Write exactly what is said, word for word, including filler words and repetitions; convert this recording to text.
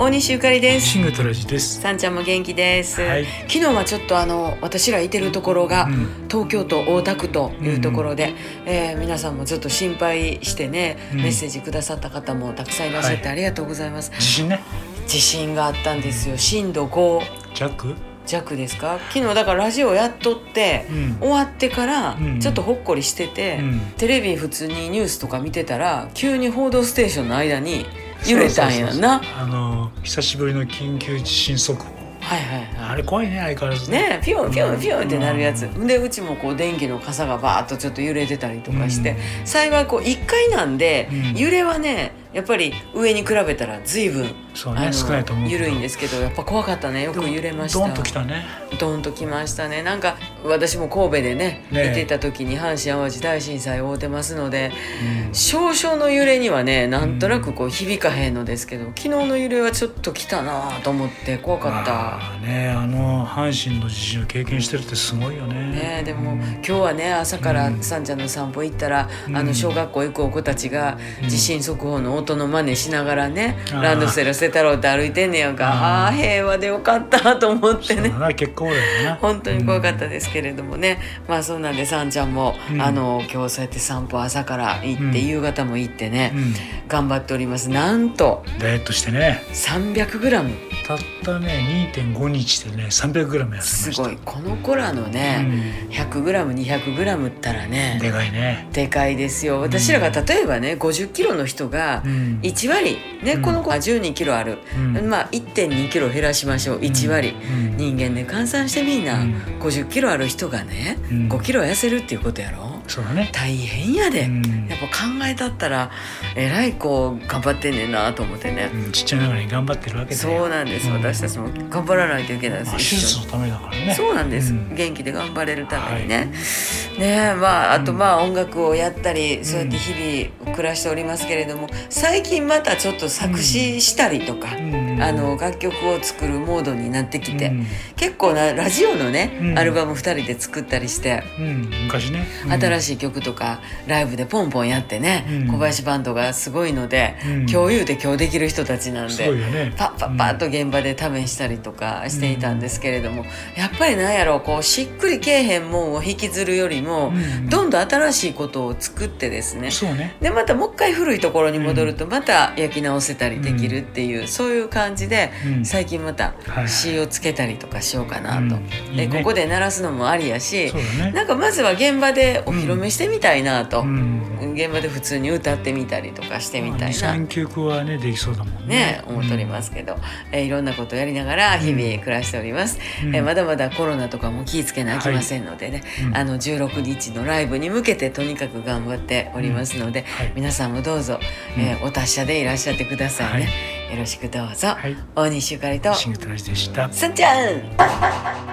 大西ゆかりです。 シングトラジです。 さんちゃんも元気です、 はい、 昨日はちょっとあの私らいてるところが、うん、東京都大田区というところで、うんえー、皆さんもちょっと心配してね、うん、メッセージくださった方もたくさんいらっしゃってありがとうございます、 はい、地震ね地震があったんですよ。震度ご弱弱ですか。昨日だからラジオやっとって、うん、終わってからちょっとほっこりしてて、うん、テレビ普通にニュースとか見てたら急に報道ステーションの間に揺れたんやな。そうそうそうそう、 あの久しぶりの緊急地震速報、 はいはいはい、 あれ怖いね、相変わらずね。ピョンピョンピョンってなるやつ、うん、でうちもこう電気の傘がバーッとちょっと揺れてたりとかして、うん、幸いこういっかいなんで、うん、揺れはねやっぱり上に比べたら随分そうね、少ないと思うけど緩いんですけど、やっぱ怖かったね。よく揺れました。 ドンときたね。 ドンときましたね。なんか私も神戸でねいてた時に阪神淡路大震災を負ってますので、うん、少々の揺れにはねなんとなくこう響かへんのですけど、昨日の揺れはちょっときたなと思って怖かった。 あ、ね、あの阪神の地震を経験してるってすごいよね。 ね、でも、うん、今日はね朝からさんちゃんの散歩行ったら、うん、あの小学校行くお子たちが地震速報の音の真似しながらね、うん、ランドセル捨て太郎って歩いてんねやんか。ああ平和でよかったと思ってね。 結構だよな。 本当に怖かったですけれどもね、うん、まあそんなんでさんちゃんも、うん、あの今日そうやって散歩朝から行って、うん、夕方も行ってね、うん、頑張っております。なんとダイエットしてねさんびゃくグラムたったね にてんごにちでね さんびゃくグラム 痩せました。 すごい。この子らのね、うん、ひゃくグラムにひゃくグラム ったらねでかいね。 でかいですよ。私らが例えばねごじゅっキロの人がいちわり、ね、うん、この子はじゅうにキロある、うん、まあ いってんにキロ減らしましょう。いちわり、うん、人間で換算してみんな、うん、ごじゅっキロある人がね、うん、ごキロ痩せるっていうことやろ。 そうだね、 大変やで、うん、やっぱ考えたったらえらいこう頑張ってんねんなと思ってね、 うん、ちっちゃいながらに頑張ってるわけだよ。 そうなんです、うん、私たちも頑張らないといけないです。 手術のためだからね。 そうなんです、うん、元気で頑張れるためにね、はい、ね。まああとまあ音楽をやったり、うん、そうやって日々暮らしておりますけれども、最近またちょっと作詞したりとか、うん、あの楽曲を作るモードになってきて、うん、結構なラジオのね、うん、アルバムふたりで作ったりして、 うん、昔ね、 うん、新しい曲とかライブでポンポンやってね、うん、小林バンドがすごいので、うん、今日言うて今日できる人たちなんで、ね、パッパッパッと現場で試したりとかしていたんですけれども、うん、やっぱりなんやろう、こうしっくりけえへんもんを引きずるよりも、うん、どんどん新しいことを作ってですね、 そうね、でまたもう一回古いところに戻るとまた焼き直せたりできるっていう、うん、そういう感じで、うん、最近また詞をつけたりとかしようかなと、うん、でいいね、ここで鳴らすのもありやし、 そうだね、 なんかまずは現場でお披露目してみたいなと、うん、現場で普通に歌ってみたりとかしてみたいな、にさんきょくはねできそうだもんね、 ね思っておりますけど、うん、えー、いろんなことをやりながら日々暮らしております、うん、えー、まだまだコロナとかも気ぃつけなきませんのでね、はい、うん、あのじゅうろくにちのライブに向けてとにかく頑張っておりますので、うん、はい、皆さんもどうぞ、えー、お達者でいらっしゃってくださいね、はい、よろしくどうぞ、はい、大西ゆかりとシングトラジでした。 さんちゃん